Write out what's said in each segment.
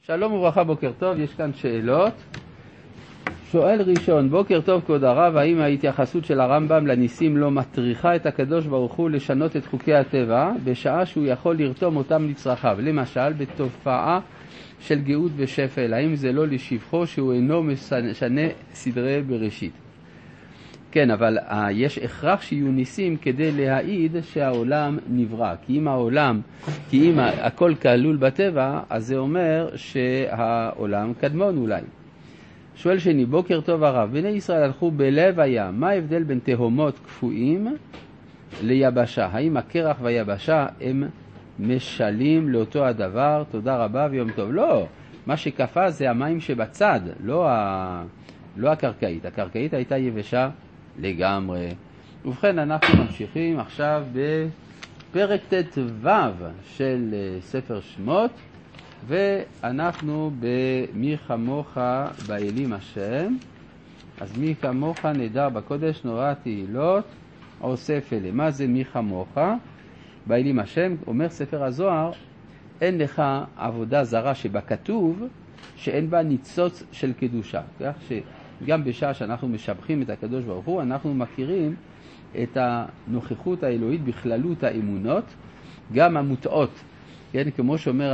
שלום וברכה, בוקר טוב, יש כאן שאלות. שואל ראשון, בוקר טוב כבוד הרב, האם ההתייחסות של הרמב"ם לניסים לא מטריחה את הקדוש ברוך הוא לשנות את חוקי הטבע בשעה שהוא יכול לרתום אותם לצרכיו, למשל בתופעה של גאות ושפל, האם זה לא לשבחו שהוא אינו משנה סדרי בראשית? כן, אבל יש הכרח שיהיו ניסים כדי להעיד שהעולם נברא, כי אם הכל כלול בטבע, אז זה אומר שהעולם קדמון אולי. שואל שני, בוקר טוב הרב, בני ישראל הלכו בלב הים, מה ההבדל בין תהומות קפואים ליבשה? האם הקרח והיבשה הם משלים לאותו הדבר? תודה רבה ויום טוב. לא, מה שקפה זה המים שבצד, לא הקרקעית. הקרקעית הייתה יבשה לגמרי. ובכן, אנחנו ממשיכים עכשיו בפרק ט"ו של ספר שמות, ואנחנו במי כמוך באלים השם. אז מי כמוך נדר בקודש נורא תהילות עושה פלא. מה זה מי כמוך באלים השם? אומר ספר הזוהר, אין לך עבודה זרה שבה כתוב שאין בה ניצוץ של קדושה. כך שגם בשעה שאנחנו משבחים את הקדוש ברוך הוא, אנחנו מכירים את הנוכחות האלוהית בכללות האמונות, גם המוטעות. כן, כמו שאומר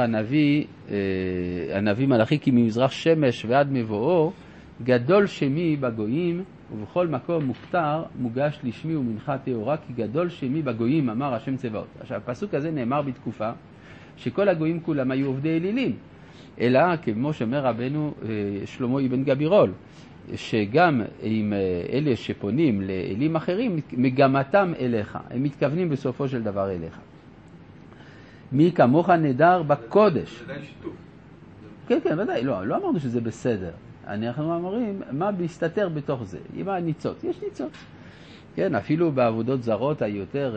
הנביא מלאכי, כי ממזרח שמש ועד מבואו, גדול שמי בגויים, ובכל מקום מוכתר מוגש לשמי ומנחה תאורה, כי גדול שמי בגויים, אמר השם צבאות. עכשיו, הפסוק הזה נאמר בתקופה שכל הגויים כולם היו עובדי אלילים, אלא כמו שאומר רבנו שלמה אבן גבירול, שגם עם אלה שפונים לאלים אחרים, מגמתם אליך, הם מתכוונים בסופו של דבר אליך. מי כמוך נדר בקודש. זה די שיתוף. כן, כן, ודאי, לא אמרנו שזה בסדר. אנחנו אומרים, מה מסתתר בתוך זה? עם הניצוץ, יש ניצוץ. כן, אפילו בעבודות זרות היותר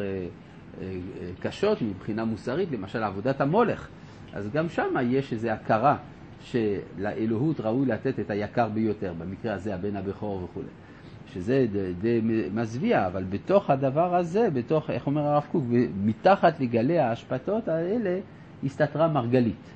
קשות מבחינה מוסרית, למשל עבודת המולך. אז גם שם יש איזו הכרה שלאלוהות ראוי לתת את היקר ביותר, במקרה הזה הבן הבכור וכו'. שזה די מזוויע, אבל בתוך הדבר הזה, בתוך, איך אומר הרב קוק, מתחת לגלי ההשפטות האלה, הסתתרה מרגלית.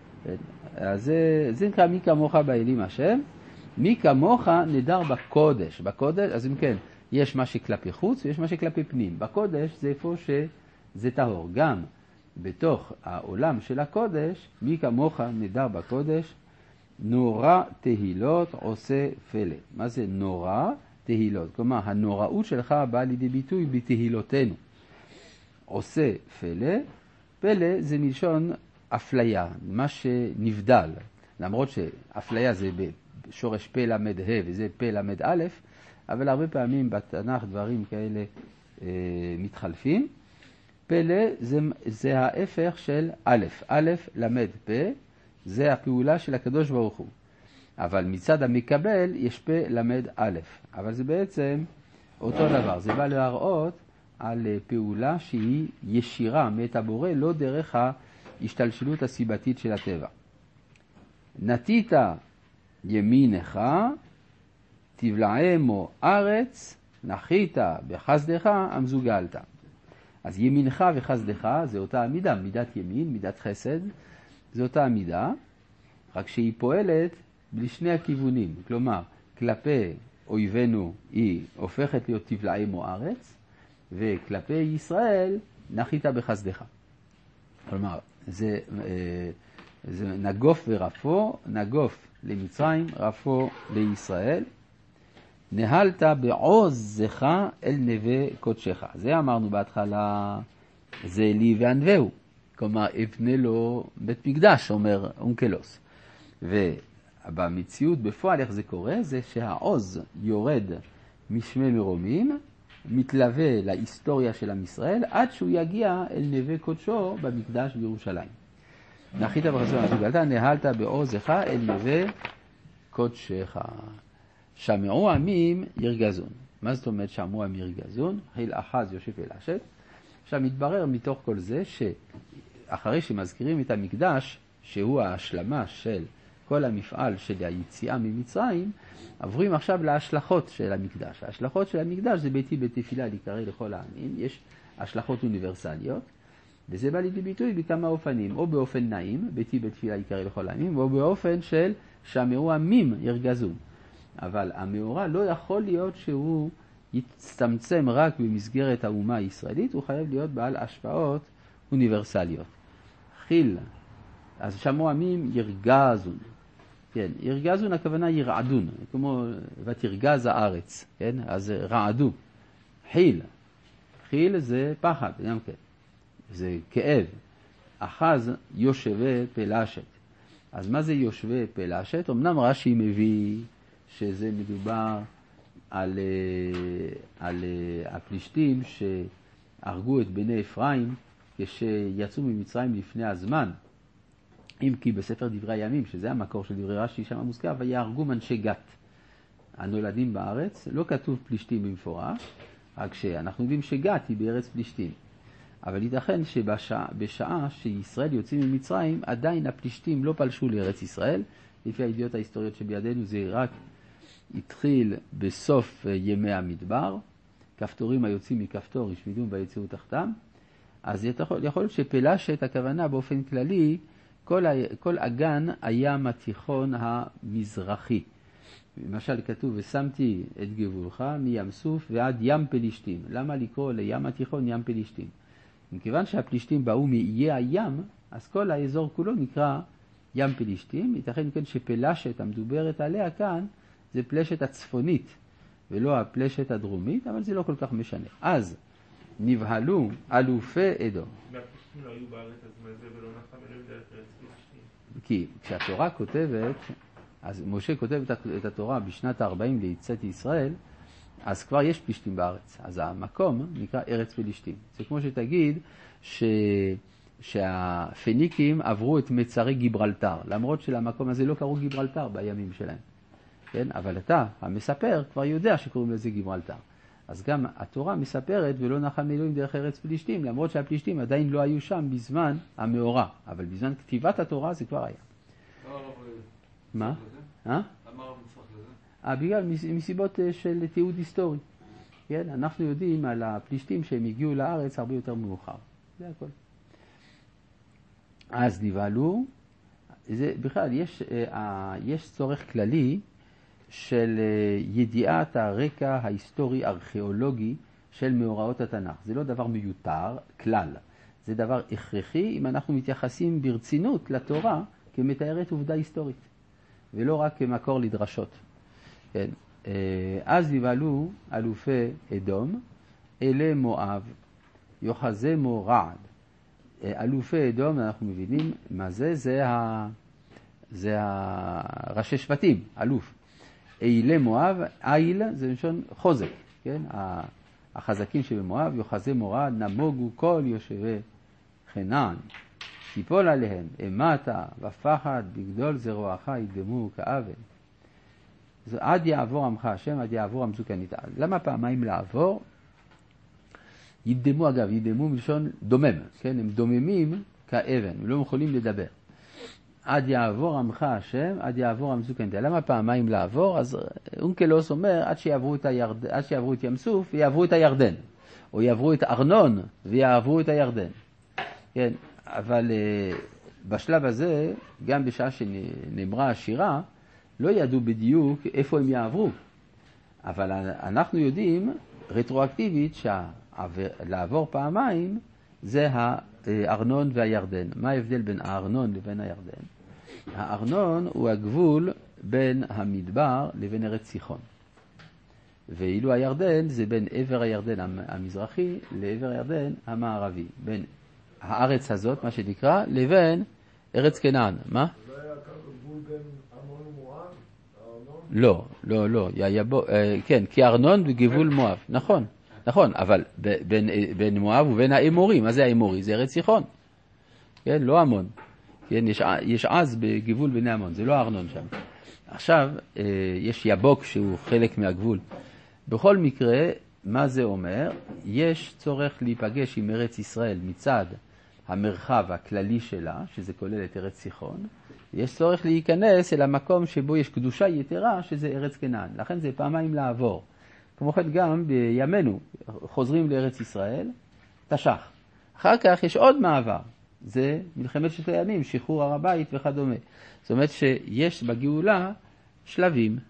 אז זה נקרא מי כמוך באלים השם. מי כמוך נדר בקודש. בקודש, אז אם כן, יש מה שכלפי חוץ ויש מה שכלפי פנים. בקודש זה איפה שזה טהור. גם בתוך העולם של הקודש, מי כמוך נדר בקודש, נורא תהילות עושה פלא. מה זה נורא? תהילות. כלומר, הנוראות שלך באה לידי ביטוי בתהילותינו. עושה פלא. פלא זה מלשון אפליה, מה שנבדל. למרות שאפליה זה בשורש פה למד ה' וזה פה למד א', אבל הרבה פעמים בתנ"ך דברים כאלה מתחלפים. פלא זה ההפך של א', א' למד פה, זה הפעולה של הקדוש ברוך הוא. אבל מצד המקבל יש פה למד א', אבל זה בעצם אותו דבר. זה בא להראות על פעולה שהיא ישירה מאת הבורא, לא דרך ההשתלשלות הסיבתית של הטבע. נתית ימינך, תבלעמו ארץ, נחית בחסדך, המזוגלת. אז ימינך וחסדך זה אותה המידה, מידת ימין, מידת חסד, זה אותה המידה, רק שהיא פועלת בשני הכיוונים. כלומר, כלפי אויבינו היא הופכת להיות תבלעמו ארץ, וכלפי ישראל נחית בחסדך. כלומר, זה נגוף ורפו, נגוף למצרים, רפו לישראל. נהלת בעוזך אל נווה קודשך. זה אמרנו בהתחלה, זה לי וענווהו. כלומר, אבנה לו בית מקדש, אומר אונקלוס. ובמציאות בפועל איך זה קורה? זה שהעוז יורד משמי מרומים, מתלווה להיסטוריה של עם ישראל, עד שהוא יגיע אל נווה קודשו במקדש בירושלים. נחית בחסדך המזוגלת, נהלת בעוזך אל נווה קודשך. שמעו עמים ירגזון. מה זאת אומרת שמעו עמים ירגזון? חיל אחז יושב אל השת. עכשיו מתברר מתוך כל זה שאחרי שמזכירים את המקדש, שהוא ההשלמה של כל המפעל של היציאה ממצרים, עוברים עכשיו להשלכות של המקדש. ההשלכות של המקדש זה ביתי בית תפילה להיקרא לכל העמים. יש השלכות אוניברסליות. וזה בא לידי ביטוי בכמה אופנים, או באופן נעים, ביתי בתפילה יקרא לכל העמים, או באופן של שמעו עמים ירגזו. אבל המאורע לא יכול להיות שהוא יצטמצם רק במסגרת האומה הישראלית, הוא חייב להיות בעל השפעות אוניברסליות. חיל, אז שמעו עמים ירגזון. כן, ירגזון הכוונה ירעדון, כמו ותרגז הארץ, כן? אז רעדו. חיל זה פחד, גם כן. זה כאב. אחז יושבי פלשת. אז מה זה יושבי פלשת? אמנם רש"י מביא שזה מדובר על הפלישתים שהרגו את בני אפרים כשיצאו ממצרים לפני הזמן. אם כי בספר דברי הימים, שזה המקור של דברי רש"י שם מוזכר, ויהרגו אנשי גת הנולדים בארץ. לא כתוב פלישתים במפורש, רק שאנחנו יודעים שגת היא בארץ פלישתים. אבל ייתכן שבשעה שישראל יוצאים ממצרים, עדיין הפלישתים לא פלשו לארץ ישראל. לפי הידיעות ההיסטוריות שבידינו זה רק התחיל בסוף ימי המדבר. כפתורים היוצאים מכפתור ישמידום ויצאו תחתם. אז יכול להיות שפלשת הכוונה באופן כללי, כל אגן הים התיכון המזרחי. למשל כתוב, ושמתי את גבולך מים סוף ועד ים פלישתים. למה לקרוא לים התיכון ים פלישתים? מכיוון שהפלישתים באו מאיי הים, אז כל האזור כולו נקרא ים פלישתים. ייתכן כן שפלשת המדוברת עליה כאן, זה פלשת הצפונית ולא הפלשת הדרומית, אבל זה לא כל כך משנה. אז נבהלו אלופי אדום. והפלישתים לא היו בארץ הזמן זה ולא נחם אלוהים דרך ארץ פלישתים. כי כשהתורה כותבת, אז משה כותב את התורה בשנת ה-40 ליציאת ישראל, אז כבר יש פלישתים בארץ. אז המקום נקרא ארץ פלישתים. זה כמו שתגיד שהפניקים עברו את מצרי גיברלטר, למרות שלמקום הזה לא קראו גיברלטר בימים שלהם. כן? אבל אתה, המספר, כבר יודע שקוראים לזה גיברלטר. אז גם התורה מספרת ולא נחם אלוהים דרך ארץ פלישתים, למרות שהפלישתים עדיין לא היו שם בזמן המאורע. אבל בזמן כתיבת התורה זה כבר היה. מה? למה הרב נצטרך לזה? בגלל מסיבות של תיעוד היסטורי. כן? אנחנו יודעים על הפלישתים שהם הגיעו לארץ הרבה יותר מאוחר. זה הכל. אז נבהלו, בכלל יש צורך כללי של ידיעת הרקע ההיסטורי-ארכיאולוגי של מאורעות התנ"ך. זה לא דבר מיותר, כלל. זה דבר הכרחי אם אנחנו מתייחסים ברצינות לתורה כמתארת עובדה היסטורית, ולא רק כמקור לדרשות. כן. אז נבהלו אלופי אדום, אלה מואב, יוחזמו רעד. אלופי אדום, אנחנו מבינים מה זה, זה הראשי שבטים, אלוף. אלה מואב, איל זה לשון חוזק, כן? החזקים שבמואב, יוחזמו רעד, נמוגו כל יושבי חנן. תיפול עליהם, אמתה ופחד, בגדול זרועך ידמו כאבן. עד יעבור עמך השם, עד יעבור עמזו כניתה. למה פעמיים לעבור? ידמו אגב, ידמו מלשון דומם, כן? הם דוממים כאבן, הם לא יכולים לדבר. עד יעבור עמך השם, עד יעבור עמזו כניתה. למה פעמיים לעבור? אז אונקלוס אומר, עד שיעברו את ים סוף ויעברו את הירדן. או יעברו את ארנון ויעברו את הירדן. כן? אבל בשלב הזה, גם בשעה שנאמרה השירה, לא ידעו בדיוק איפה הם יעברו. אבל אנחנו יודעים רטרואקטיבית שלעבור פעמיים זה הארנון והירדן. מה ההבדל בין הארנון לבין הירדן? הארנון הוא הגבול בין המדבר לבין ארץ סיחון. ואילו הירדן זה בין עבר הירדן המזרחי לעבר הירדן המערבי. בין הארץ הזאת, מה שנקרא, לבין ארץ כנען. מה? זה היה גבול בין ארנון ומואב? הארנון? לא. כן, כי ארנון בגבול מואב. נכון, אבל בין מואב ובין האמורים. מה זה האמורי? זה ארץ סיחון. כן, לא המון. כן, יש עז בגבול בין המון, זה לא הארנון שם. עכשיו, יש יבוק שהוא חלק מהגבול. בכל מקרה, מה זה אומר? יש צורך להיפגש עם ארץ ישראל מצד המרחב הכללי שלה, שזה כולל את ארץ סיחון. יש צורך להיכנס אל המקום שבו יש קדושה יתרה, שזה ארץ כנען. לכן זה פעמיים לעבור. כמו כן גם בימינו, חוזרים לארץ ישראל, תש"ח. אחר כך יש עוד מעבר, זה מלחמת ששת הימים, שחרור הר הבית וכדומה. זאת אומרת שיש בגאולה שלבים.